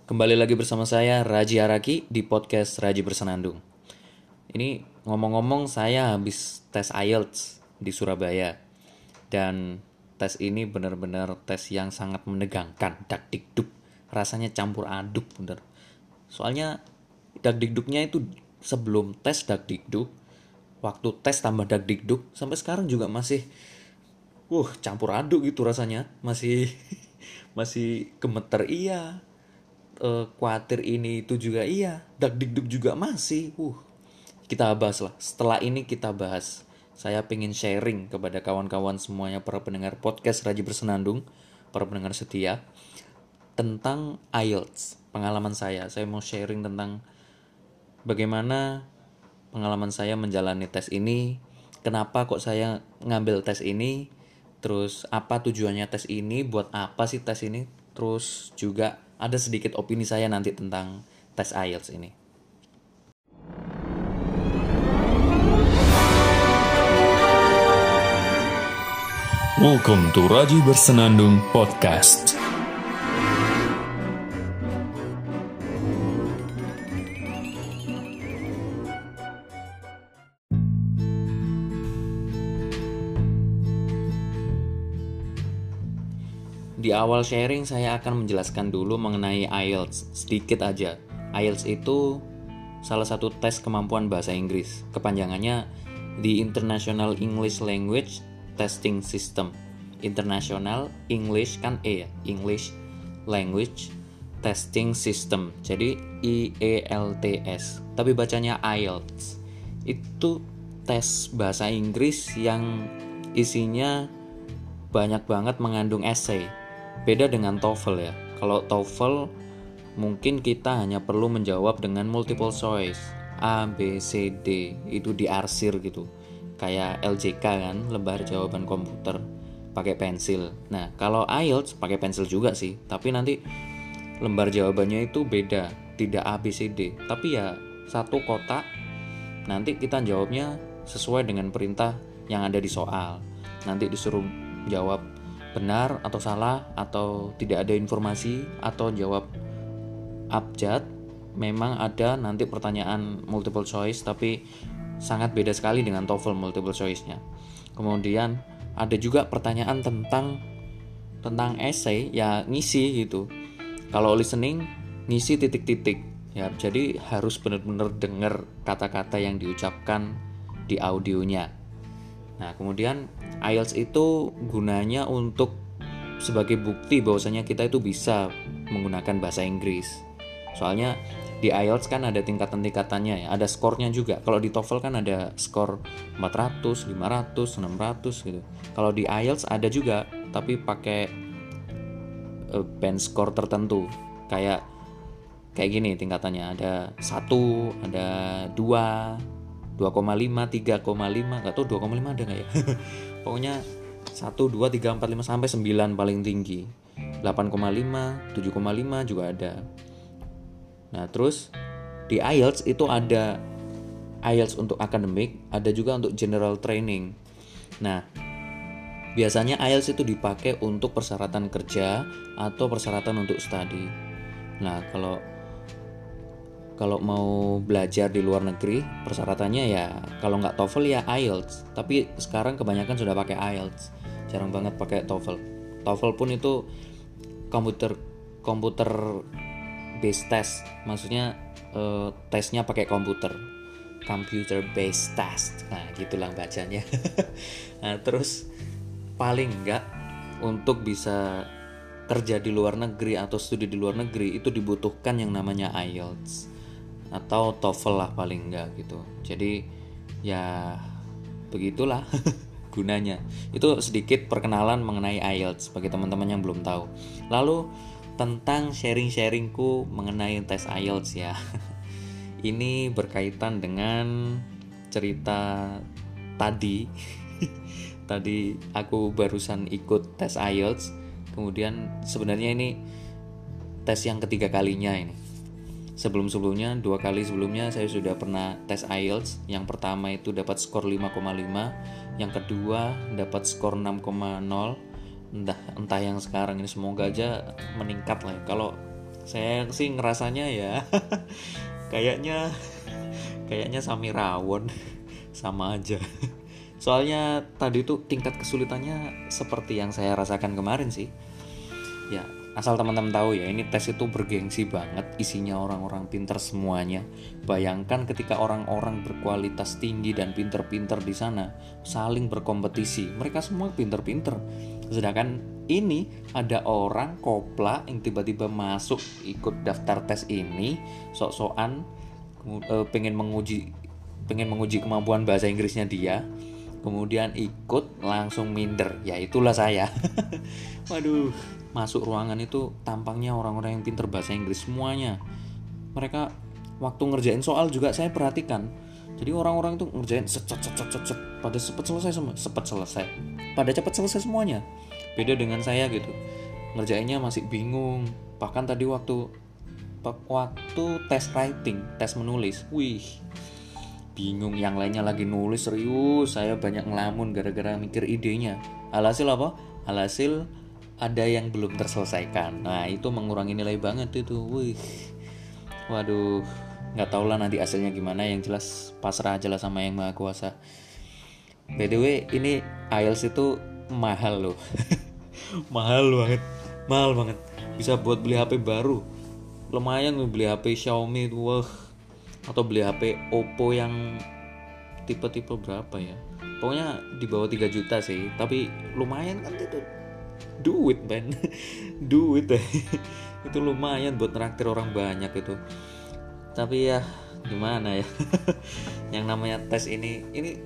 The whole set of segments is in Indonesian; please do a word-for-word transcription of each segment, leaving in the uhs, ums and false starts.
Kembali lagi bersama saya Raji Araki di podcast Raji Bersenandung. Ini ngomong-ngomong saya habis tes I E L T S di Surabaya. Dan tes ini benar-benar tes yang sangat menegangkan, dakdikduk. Rasanya campur aduk bener. Soalnya dakdikduknya itu sebelum tes dakdikduk, waktu tes tambah dakdikduk, sampai sekarang juga masih uh campur aduk gitu rasanya. Masih masih gemeter iya, eh, khawatir ini itu juga iya, dakdikduk juga masih. Uh, kita bahas lah. Setelah ini kita bahas. Saya pengen sharing kepada kawan-kawan semuanya para pendengar podcast Raji Bersenandung, para pendengar setia tentang I E L T S. Pengalaman saya, saya mau sharing tentang bagaimana pengalaman saya menjalani tes ini, kenapa kok saya ngambil tes ini, terus apa tujuannya tes ini, buat apa sih tes ini, terus juga ada sedikit opini saya nanti tentang tes I E L T S ini. Welcome to Raji Bersenandung Podcast. Di awal sharing saya akan menjelaskan dulu mengenai I E L T S, sedikit aja. I E L T S itu salah satu tes kemampuan bahasa Inggris. Kepanjangannya The International English Language Testing System. International English kan E ya, English Language Testing System. Jadi I E L T S. Tapi bacanya I E L T S. Itu tes bahasa Inggris yang isinya banyak banget mengandung essay. Beda dengan TOEFL ya. Kalau TOEFL mungkin kita hanya perlu menjawab dengan multiple choice, A, B, C, D, itu diarsir gitu. Kayak L J K kan, lembar jawaban komputer, pakai pensil. Nah, kalau I E L T S pakai pensil juga sih, tapi nanti lembar jawabannya itu beda, tidak A, B, C, D, tapi ya satu kotak. Nanti kita jawabnya sesuai dengan perintah yang ada di soal. Nanti disuruh jawab benar atau salah, atau tidak ada informasi, atau jawab abjad. Memang ada nanti pertanyaan multiple choice, tapi sangat beda sekali dengan TOEFL multiple choice-nya. Kemudian ada juga pertanyaan tentang tentang essay, ya ngisi gitu. Kalau listening ngisi titik-titik ya, jadi harus benar-benar dengar kata-kata yang diucapkan di audionya. Nah, kemudian I E L T S itu gunanya untuk sebagai bukti bahwasanya kita itu bisa menggunakan bahasa Inggris. Soalnya di I E L T S kan ada tingkatan-tingkatannya ya, ada skornya juga. Kalau di TOEFL kan ada skor empat ratus, lima ratus, enam ratus gitu. Kalau di I E L T S ada juga, tapi pakai uh, band skor tertentu. Kayak kayak gini tingkatannya, ada satu, ada dua, dua koma lima, tiga koma lima, nggak tahu dua koma lima ada nggak ya. Pokoknya satu, dua, tiga, empat, lima sampai sembilan paling tinggi. delapan koma lima, tujuh koma lima juga ada. Nah, terus di I E L T S itu ada I E L T S untuk akademik, ada juga untuk general training. Nah, biasanya I E L T S itu dipakai untuk persyaratan kerja atau persyaratan untuk studi. Nah, kalau Kalau mau belajar di luar negeri, persyaratannya ya kalau nggak TOEFL ya I E L T S. Tapi sekarang kebanyakan sudah pakai I E L T S, jarang banget pakai TOEFL. TOEFL pun itu komputer komputer based test, maksudnya eh, tesnya pakai komputer, computer based test. Nah, gitulah bacanya. Nah, terus paling nggak untuk bisa kerja di luar negeri atau studi di luar negeri itu dibutuhkan yang namanya I E L T S atau TOEFL lah paling enggak gitu. Jadi ya begitulah gunanya. Itu sedikit perkenalan mengenai I E L T S bagi teman-teman yang belum tahu. Lalu tentang sharing-sharingku mengenai tes I E L T S ya. Ini berkaitan dengan cerita tadi. Tadi aku barusan ikut tes I E L T S. Kemudian sebenarnya ini tes yang ketiga kalinya ini. Sebelum-sebelumnya, dua kali sebelumnya saya sudah pernah tes I E L T S. Yang pertama itu dapat skor lima koma lima, yang kedua dapat skor enam koma nol. Entah entah yang sekarang ini, semoga aja meningkat lah. Kalau Saya sih ngerasanya ya kayaknya kayaknya Samirawon sama aja. Soalnya tadi tuh tingkat kesulitannya seperti yang saya rasakan kemarin sih. Ya, asal teman-teman tahu ya, ini tes itu bergengsi banget, isinya orang-orang pinter semuanya. Bayangkan ketika orang-orang berkualitas tinggi dan pinter-pinter di sana saling berkompetisi, mereka semua pinter-pinter. Sedangkan ini ada orang kopla yang tiba-tiba masuk ikut daftar tes ini, sok-sokan eh, pengen menguji pengen menguji kemampuan bahasa Inggrisnya dia, kemudian ikut langsung minder. Ya itulah saya. Waduh, masuk ruangan itu tampangnya orang-orang yang pinter bahasa Inggris semuanya. Mereka waktu ngerjain soal juga saya perhatikan. Jadi orang-orang itu ngerjain set set set set set, pada cepet selesai semua, cepet selesai. Pada cepet selesai semuanya. Beda dengan saya gitu. Ngerjainnya masih bingung. Bahkan tadi waktu waktu tes writing, tes menulis, wih, bingung. Yang lainnya lagi nulis serius, saya banyak ngelamun gara-gara mikir idenya. Alhasil apa? Alhasil ada yang belum terselesaikan. Nah, itu mengurangi nilai banget itu. Wih. Waduh, nggak tahu lah nanti hasilnya gimana. Yang jelas pasrah aja lah sama Yang Maha Kuasa. By the way, ini I E L T S itu mahal loh. Mahal banget. Mahal banget. Bisa buat beli H P baru. Lumayan beli H P Xiaomi itu, wah. Atau beli H P Oppo yang tipe-tipe berapa ya? Pokoknya di bawah tiga juta sih. Tapi lumayan kan itu. Duit man. Duit deh. Itu lumayan buat nraktir orang banyak itu. Tapi ya gimana ya. Yang namanya tes ini Ini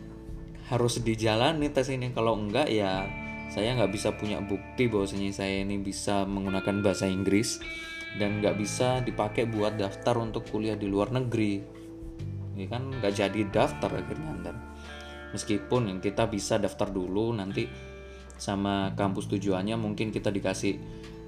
harus dijalani tes ini. Kalau enggak ya saya gak bisa punya bukti bahwasanya saya ini bisa menggunakan bahasa Inggris, dan gak bisa dipakai buat daftar untuk kuliah di luar negeri. Ini kan gak jadi daftar akhirnya ntar. Meskipun yang kita bisa daftar dulu, nanti sama kampus tujuannya mungkin kita dikasih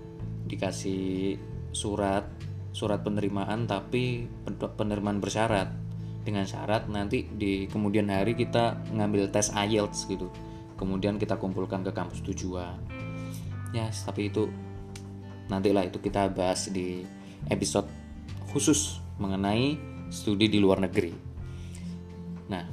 dikasih surat surat penerimaan, tapi penerimaan bersyarat, dengan syarat nanti di kemudian hari kita ngambil tes I E L T S gitu, kemudian kita kumpulkan ke kampus tujuan. Ya, yes, tapi itu nantilah itu kita bahas di episode khusus mengenai studi di luar negeri. Nah,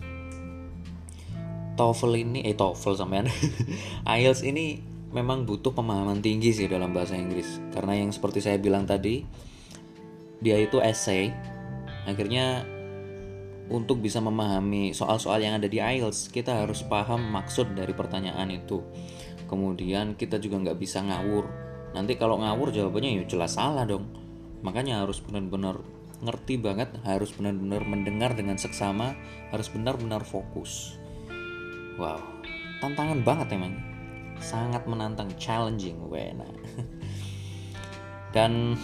TOEFL ini, eh TOEFL sampean I E L T S ini memang butuh pemahaman tinggi sih dalam bahasa Inggris. Karena yang seperti saya bilang tadi, dia itu essay. Akhirnya untuk bisa memahami soal-soal yang ada di I E L T S, kita harus paham maksud dari pertanyaan itu. Kemudian kita juga nggak bisa ngawur. Nanti kalau ngawur jawabannya ya jelas salah dong. Makanya harus benar-benar ngerti banget, harus benar-benar mendengar dengan seksama, harus benar-benar fokus. Wow, tantangan banget emang, sangat menantang, challenging, wena. Dan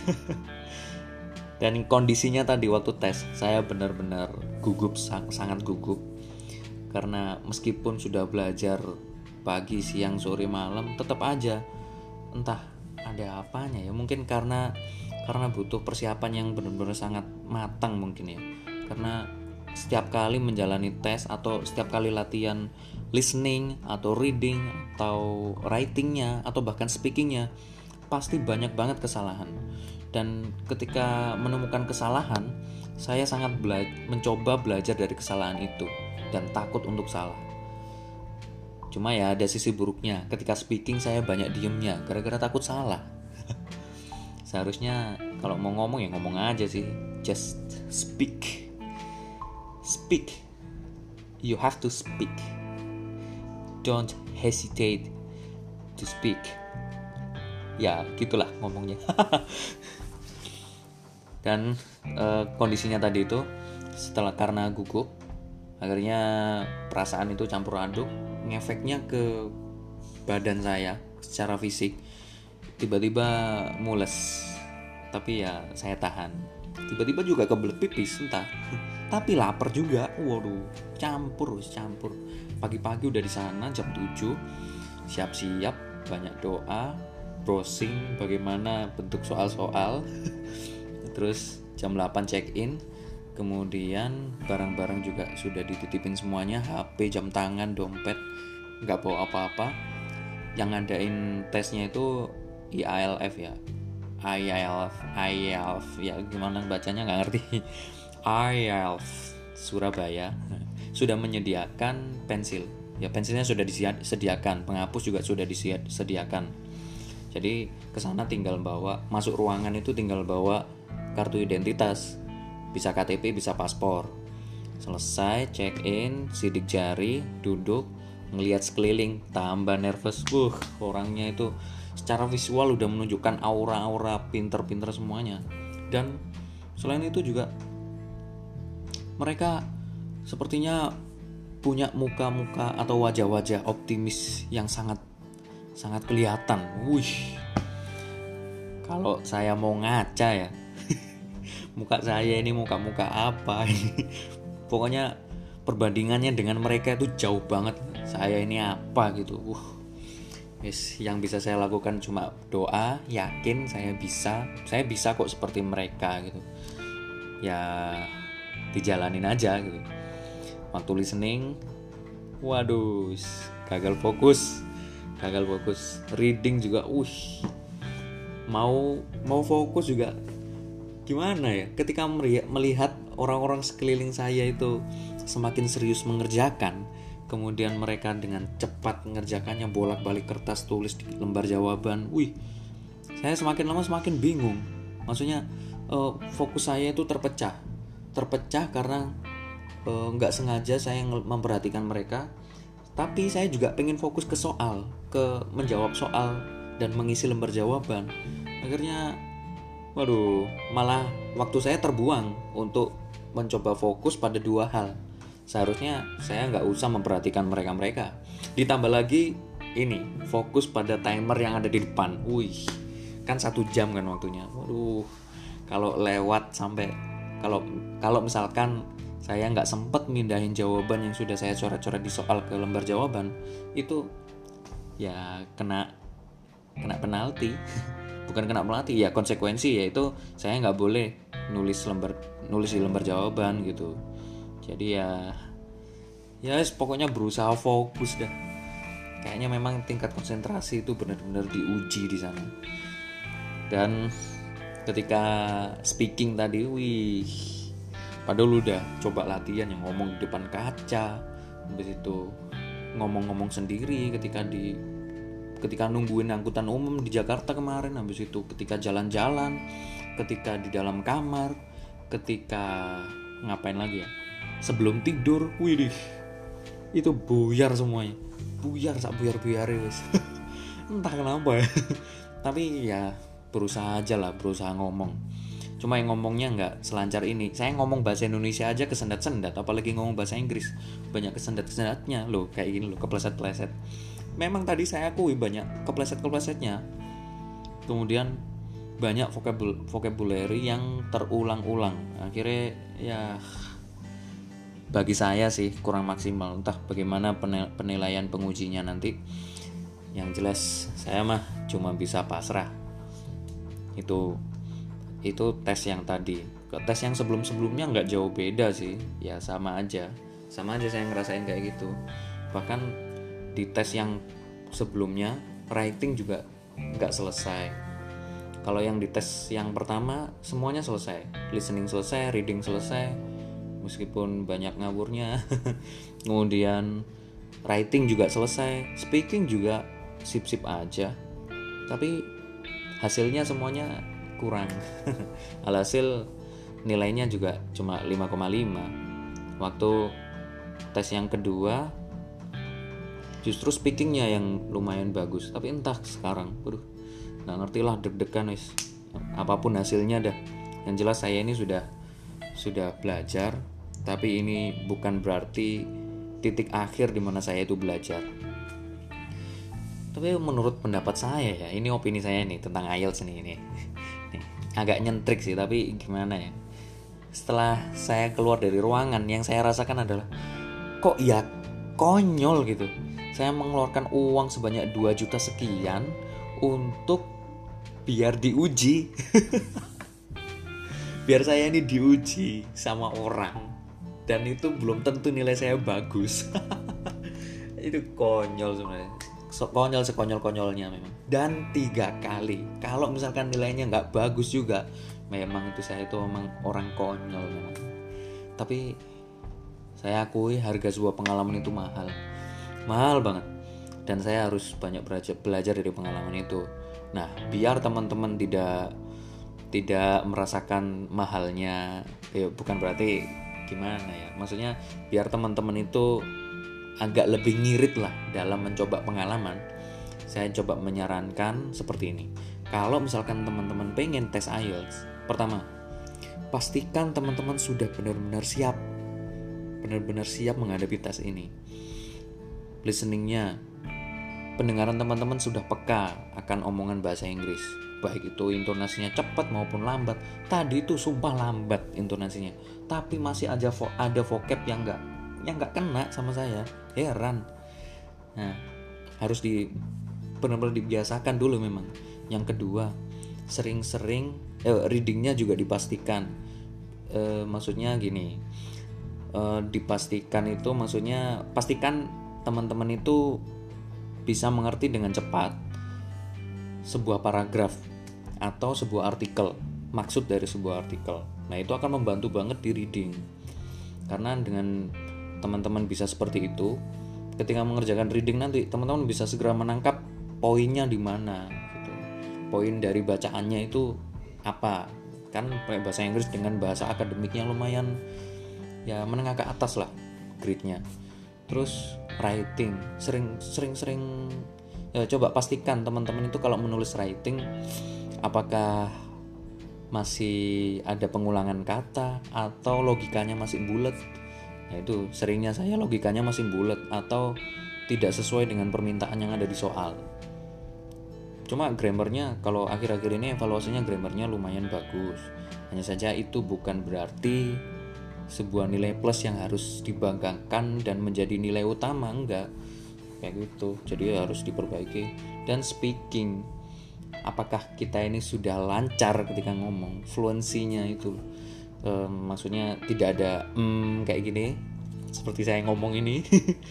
dan kondisinya tadi waktu tes, saya benar-benar gugup, sangat gugup, karena meskipun sudah belajar pagi, siang, sore, malam, tetap aja entah ada apanya ya. Mungkin karena karena butuh persiapan yang benar-benar sangat matang mungkin ya. Karena setiap kali menjalani tes atau setiap kali latihan listening atau reading atau writingnya atau bahkan speakingnya, pasti banyak banget kesalahan. Dan ketika menemukan kesalahan, saya sangat bela- mencoba belajar dari kesalahan itu dan takut untuk salah. Cuma ya ada sisi buruknya, ketika speaking saya banyak diemnya gara-gara takut salah. Seharusnya kalau mau ngomong ya ngomong aja sih, just speak. Speak. You have to speak. Don't hesitate to speak. Ya gitulah ngomongnya. Dan e, kondisinya tadi itu setelah karena gugup, akhirnya perasaan itu campur aduk, ngefeknya ke badan saya secara fisik. Tiba-tiba mules, tapi ya saya tahan. Tiba-tiba juga kebelet pipis entah. Tapi lapar juga. Waduh, campur, campur. Pagi-pagi udah di sana jam tujuh, siap-siap, banyak doa, browsing bagaimana bentuk soal-soal. Terus jam delapan check-in. Kemudian barang-barang juga sudah dititipin semuanya, H P, jam tangan, dompet, nggak bawa apa-apa. Yang ngadain tesnya itu I A L F ya, I E L T S I E L T S ya gimana bacanya nggak ngerti. I E L T S Surabaya sudah menyediakan pensil. Ya pensilnya sudah disediakan, penghapus juga sudah disediakan. Jadi kesana tinggal bawa, masuk ruangan itu tinggal bawa kartu identitas, bisa K T P, bisa paspor. Selesai check in, sidik jari, duduk, ngelihat sekeliling, tambah nervous. Uh, orangnya itu secara visual udah menunjukkan aura-aura pinter-pinter semuanya. Dan selain itu juga mereka sepertinya punya muka-muka atau wajah-wajah optimis yang sangat sangat kelihatan. Wih, kalau saya mau ngaca ya, muka saya ini muka-muka apa ini? Pokoknya perbandingannya dengan mereka itu jauh banget. Saya ini apa gitu. Uh, yes, yang bisa saya lakukan cuma doa, yakin saya bisa, saya bisa kok seperti mereka gitu. Ya dijalanin aja gitu. Waktu listening, waduh, gagal fokus, gagal fokus. Reading juga, uh, mau mau fokus juga gimana ya? Ketika melihat orang-orang sekeliling saya itu semakin serius mengerjakan, kemudian mereka dengan cepat mengerjakannya, bolak-balik kertas tulis di lembar jawaban. Wih, saya semakin lama semakin bingung. Maksudnya uh, fokus saya itu terpecah, terpecah karena uh, nggak sengaja saya memperhatikan mereka, tapi saya juga pengen fokus ke soal, ke menjawab soal dan mengisi lembar jawaban. Akhirnya, waduh, malah waktu saya terbuang untuk mencoba fokus pada dua hal. Seharusnya saya nggak usah memperhatikan mereka-mereka. Ditambah lagi ini, fokus pada timer yang ada di depan. Wih, kan satu jam kan waktunya. Waduh, kalau lewat sampai kalau kalau misalkan saya nggak sempet mindahin jawaban yang sudah saya coret-coret di soal ke lembar jawaban, itu ya kena kena penalti. Bukan kena penalti, ya konsekuensi, yaitu saya nggak boleh nulis lembar nulis di lembar jawaban gitu. Jadi ya ya pokoknya berusaha fokus dah. Kayaknya memang tingkat konsentrasi itu benar-benar diuji di sana. Dan ketika speaking tadi, wih, padahal udah coba latihan yang ngomong di depan kaca, habis itu ngomong-ngomong sendiri ketika di ketika nungguin angkutan umum di Jakarta kemarin, habis itu ketika jalan-jalan, ketika di dalam kamar, ketika ngapain lagi ya, sebelum tidur, widih, itu buyar semuanya, buyar sak buyar-buyar wis. Entah kenapa ya. Tapi ya berusaha aja lah, berusaha ngomong. Cuma yang ngomongnya nggak selancar ini. Saya ngomong bahasa Indonesia aja kesendat-sendat, apalagi ngomong bahasa Inggris, banyak kesendat-kesendatnya loh, kayak gini loh, kepleset-pleset. Memang tadi saya akui banyak kepleset-keplesetnya. Kemudian banyak vocabul- vocabulary yang terulang-ulang. Akhirnya ya bagi saya sih kurang maksimal. Entah bagaimana penilaian pengujinya nanti. Yang jelas saya mah cuma bisa pasrah. Itu itu tes yang tadi. Ke tes yang sebelum-sebelumnya nggak jauh beda sih. Ya sama aja. Sama aja saya ngerasain kayak gitu. Bahkan di tes yang sebelumnya writing juga nggak selesai. Kalau yang di tes yang pertama semuanya selesai, listening selesai, reading selesai, meskipun banyak ngawurnya. Kemudian writing juga selesai, speaking juga sip-sip aja, tapi hasilnya semuanya kurang. Alhasil nilainya juga cuma lima koma lima. Waktu tes yang kedua justru speakingnya yang lumayan bagus, tapi entah sekarang, waduh, nggak ngerti lah, deg-degan wis. Apapun hasilnya dah. Yang jelas saya ini sudah sudah belajar, tapi ini bukan berarti titik akhir di mana saya itu belajar. Tapi menurut pendapat saya ya, ini opini saya nih tentang I E L T S nih, ini nih, agak nyentrik sih, tapi gimana ya? Setelah saya keluar dari ruangan, yang saya rasakan adalah kok ya konyol gitu. Saya mengeluarkan uang sebanyak dua juta sekian untuk biar diuji. Biar saya ini diuji sama orang. Dan itu belum tentu nilai saya bagus. Itu konyol sebenarnya. konyol sekonyol-konyolnya memang. Dan tiga kali. Kalau misalkan nilainya nggak bagus juga, memang itu saya itu memang orang konyol memang. Tapi saya akui harga sebuah pengalaman itu mahal, mahal banget. Dan saya harus banyak belajar, belajar dari pengalaman itu. Nah, biar teman-teman tidak tidak merasakan mahalnya, ya bukan berarti gimana ya. Maksudnya biar teman-teman itu agak lebih ngirit lah dalam mencoba pengalaman. Saya coba menyarankan seperti ini. Kalau misalkan teman-teman pengen tes I E L T S, pertama, pastikan teman-teman sudah benar-benar siap. Benar-benar siap menghadapi tes ini. Listeningnya, pendengaran teman-teman sudah peka akan omongan bahasa Inggris, baik itu intonasinya cepat maupun lambat. Tadi itu sumpah lambat intonasinya, tapi masih aja vo- ada vocab yang nggak yang nggak kena sama saya, heran. Nah, harus di benar-benar dibiasakan dulu memang. Yang kedua, sering-sering eh, readingnya juga dipastikan. Eh, maksudnya gini, eh, dipastikan itu maksudnya pastikan teman-teman itu bisa mengerti dengan cepat sebuah paragraf atau sebuah artikel, maksud dari sebuah artikel. Nah, itu akan membantu banget di reading. Karena dengan teman-teman bisa seperti itu, ketika mengerjakan reading nanti teman-teman bisa segera menangkap poinnya di mana gitu. Poin dari bacaannya itu apa? Kan bahasa Inggris dengan bahasa akademiknya lumayan ya menengah ke atas lah grade-nya. Terus writing, sering-sering ya, coba pastikan teman-teman itu kalau menulis writing apakah masih ada pengulangan kata atau logikanya masih bulat. Nah, itu seringnya saya logikanya masih bulat atau tidak sesuai dengan permintaan yang ada di soal. Cuma grammarnya kalau akhir-akhir ini evaluasinya grammarnya lumayan bagus. Hanya saja itu bukan berarti sebuah nilai plus yang harus dibanggakan dan menjadi nilai utama, enggak kayak gitu. Jadi harus diperbaiki. Dan speaking, apakah kita ini sudah lancar ketika ngomong, fluensinya itu e, maksudnya tidak ada mm, kayak gini seperti saya ngomong ini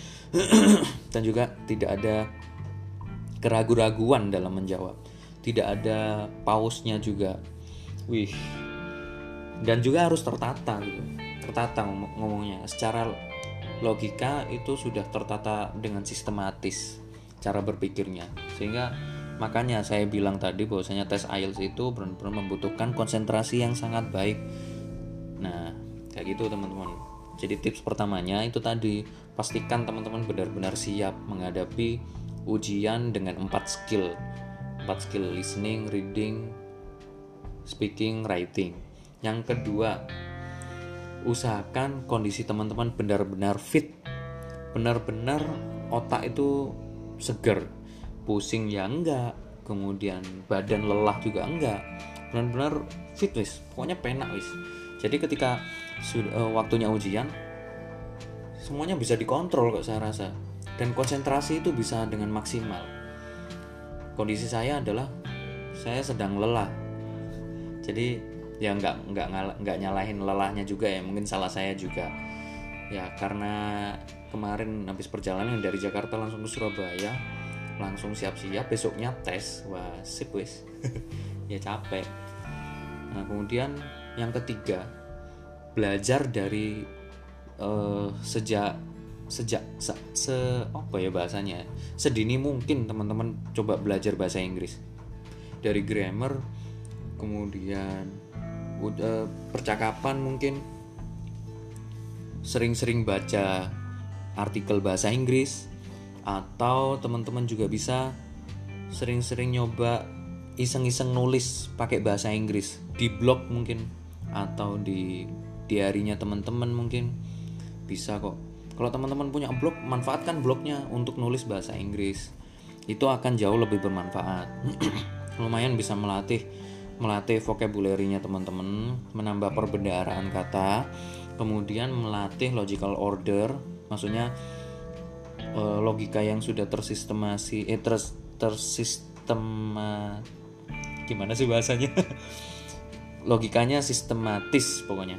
dan juga tidak ada keraguan-raguan dalam menjawab, tidak ada pausnya juga, wih, dan juga harus tertata gitu. Tertata ngomongnya secara logika itu sudah tertata dengan sistematis cara berpikirnya, sehingga makanya saya bilang tadi bahwasanya tes I E L T S itu benar-benar membutuhkan konsentrasi yang sangat baik. Nah, kayak gitu teman-teman. Jadi tips pertamanya itu tadi, pastikan teman-teman benar-benar siap menghadapi ujian dengan empat skill, empat skill listening, reading, speaking, writing. Yang kedua, usahakan kondisi teman-teman benar-benar fit, benar-benar otak itu seger, pusing ya enggak, kemudian badan lelah juga enggak, benar-benar fit wis, pokoknya penak wis. Jadi ketika sudah uh, waktunya ujian, semuanya bisa dikontrol kok saya rasa, dan konsentrasi itu bisa dengan maksimal. Kondisi saya adalah saya sedang lelah, jadi ya nggak nggak nggak nyalahin lelahnya juga ya, mungkin salah saya juga ya, karena kemarin habis perjalanan dari Jakarta langsung ke Surabaya, langsung siap-siap besoknya tes, wah sip wis ya capek. Nah, kemudian yang ketiga, belajar dari uh, sejak sejak se, se apa ya bahasanya, sedini mungkin teman-teman coba belajar bahasa Inggris dari grammar, kemudian udah percakapan, mungkin sering-sering baca artikel bahasa Inggris, atau teman-teman juga bisa sering-sering nyoba iseng-iseng nulis pakai bahasa Inggris di blog mungkin, atau di diarinya teman-teman mungkin bisa kok. Kalau teman-teman punya blog, manfaatkan blognya untuk nulis bahasa Inggris, itu akan jauh lebih bermanfaat. Lumayan bisa melatih melatih vocabulary-nya teman-teman, menambah perbendaharaan kata, kemudian melatih logical order, maksudnya eh, logika yang sudah tersistemasi eh ter, tersistem gimana sih bahasanya logikanya sistematis pokoknya,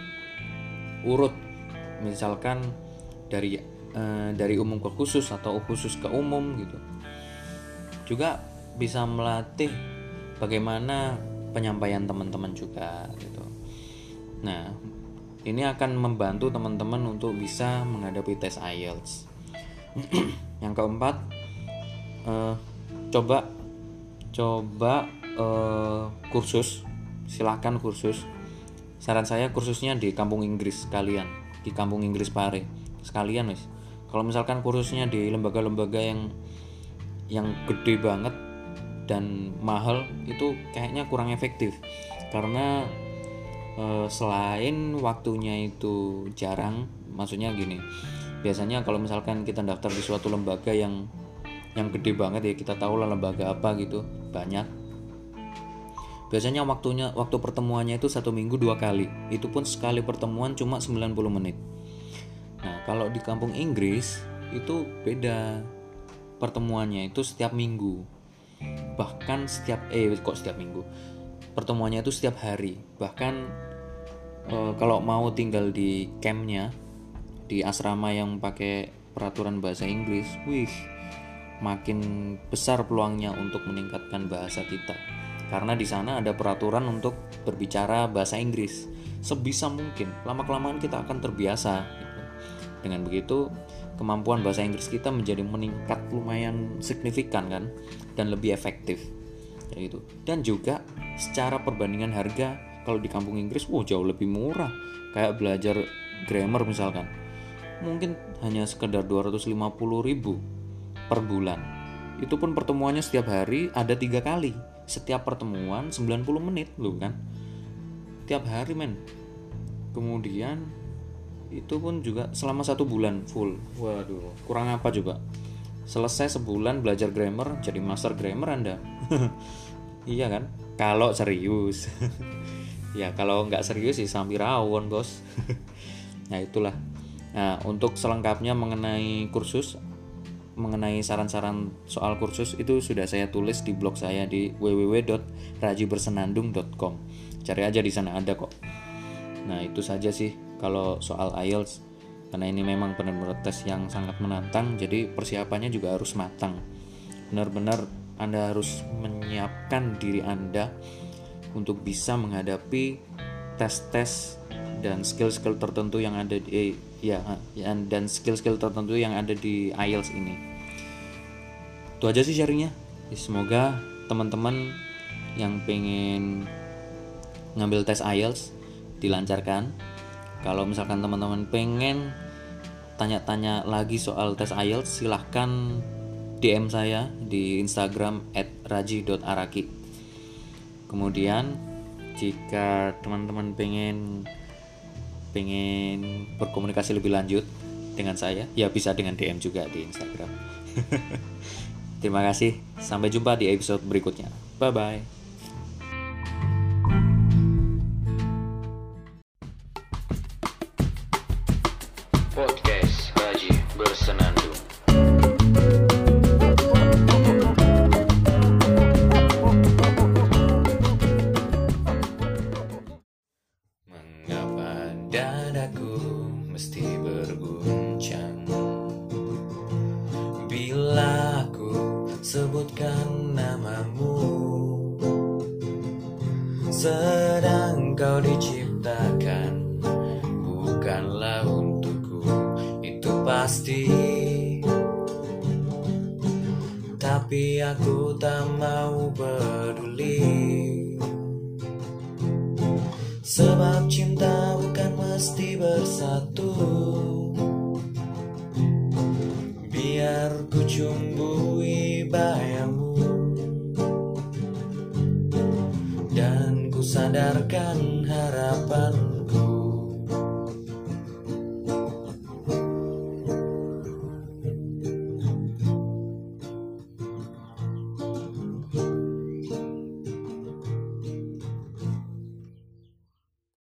urut, misalkan dari eh, dari umum ke khusus atau khusus ke umum gitu. juga bisa melatih bagaimana penyampaian teman-teman juga gitu. Nah, ini akan membantu teman-teman untuk bisa menghadapi tes I E L T S. Yang keempat, eh, coba coba eh, kursus, silakan kursus. Saran saya kursusnya di kampung Inggris sekalian, di kampung Inggris Pare sekalian wis. Kalau misalkan kursusnya di lembaga-lembaga yang yang gede banget dan mahal, itu kayaknya kurang efektif karena eh, selain waktunya itu jarang, maksudnya gini, biasanya kalau misalkan kita daftar di suatu lembaga yang yang gede banget ya, kita tahu lah lembaga apa gitu, banyak. Biasanya waktunya waktu pertemuannya itu satu minggu dua kali, itu pun sekali pertemuan cuma sembilan puluh menit. Nah, kalau di kampung Inggris itu beda, pertemuannya itu setiap minggu, bahkan setiap eh kok setiap minggu, pertemuannya itu setiap hari. Bahkan eh, kalau mau tinggal di campnya, di asrama yang pakai peraturan bahasa Inggris, wih, makin besar peluangnya untuk meningkatkan bahasa kita, karena di sana ada peraturan untuk berbicara bahasa Inggris sebisa mungkin. Lama-kelamaan kita akan terbiasa gitu. Dengan begitu kemampuan bahasa Inggris kita menjadi meningkat lumayan signifikan kan, dan lebih efektif kayak gitu. Dan juga secara perbandingan harga, kalau di kampung Inggris wow jauh lebih murah. Kayak belajar grammar misalkan, mungkin hanya sekedar dua ratus lima puluh ribu per bulan. Itu pun pertemuannya setiap hari, ada tiga kali, setiap pertemuan sembilan puluh menit loh kan, tiap hari men. Kemudian itu pun juga selama satu bulan full. Waduh, kurang apa coba? Selesai sebulan belajar grammar, jadi master grammar Anda. Iya kan? Kalau serius. Ya kalau nggak serius sih sampirawan bos. Nah itulah. Nah untuk selengkapnya mengenai kursus, mengenai saran-saran soal kursus itu sudah saya tulis di blog saya di w w w dot raji bersenandung dot com. Cari aja di sana ada kok. Nah itu saja sih kalau soal I E L T S, karena ini memang benar-benar tes yang sangat menantang, jadi persiapannya juga harus matang. Benar-benar Anda harus menyiapkan diri Anda untuk bisa menghadapi tes-tes dan skill-skill tertentu yang ada di eh, ya dan skill-skill tertentu yang ada di I E L T S ini. Itu aja sih sharingnya. Semoga teman-teman yang pengen ngambil tes I E L T S dilancarkan. Kalau misalkan teman-teman pengen tanya-tanya lagi soal tes I E L T S, silahkan D M saya di Instagram at raji dot araki. Kemudian jika teman-teman pengen pengen berkomunikasi lebih lanjut dengan saya, ya bisa dengan D M juga di Instagram. Terima kasih, sampai jumpa di episode berikutnya. Bye bye. Podcast Raji Bersenandung. Mengapa dadaku mesti berguncang bila aku sebutkan namamu, sedang kau diciptakan bukanlah untukku, itu pasti. Tapi aku tak mau peduli, sebab cinta bukan mesti bersatu. Biar ku cumbui bayangmu dan ku sadarkan harapanku.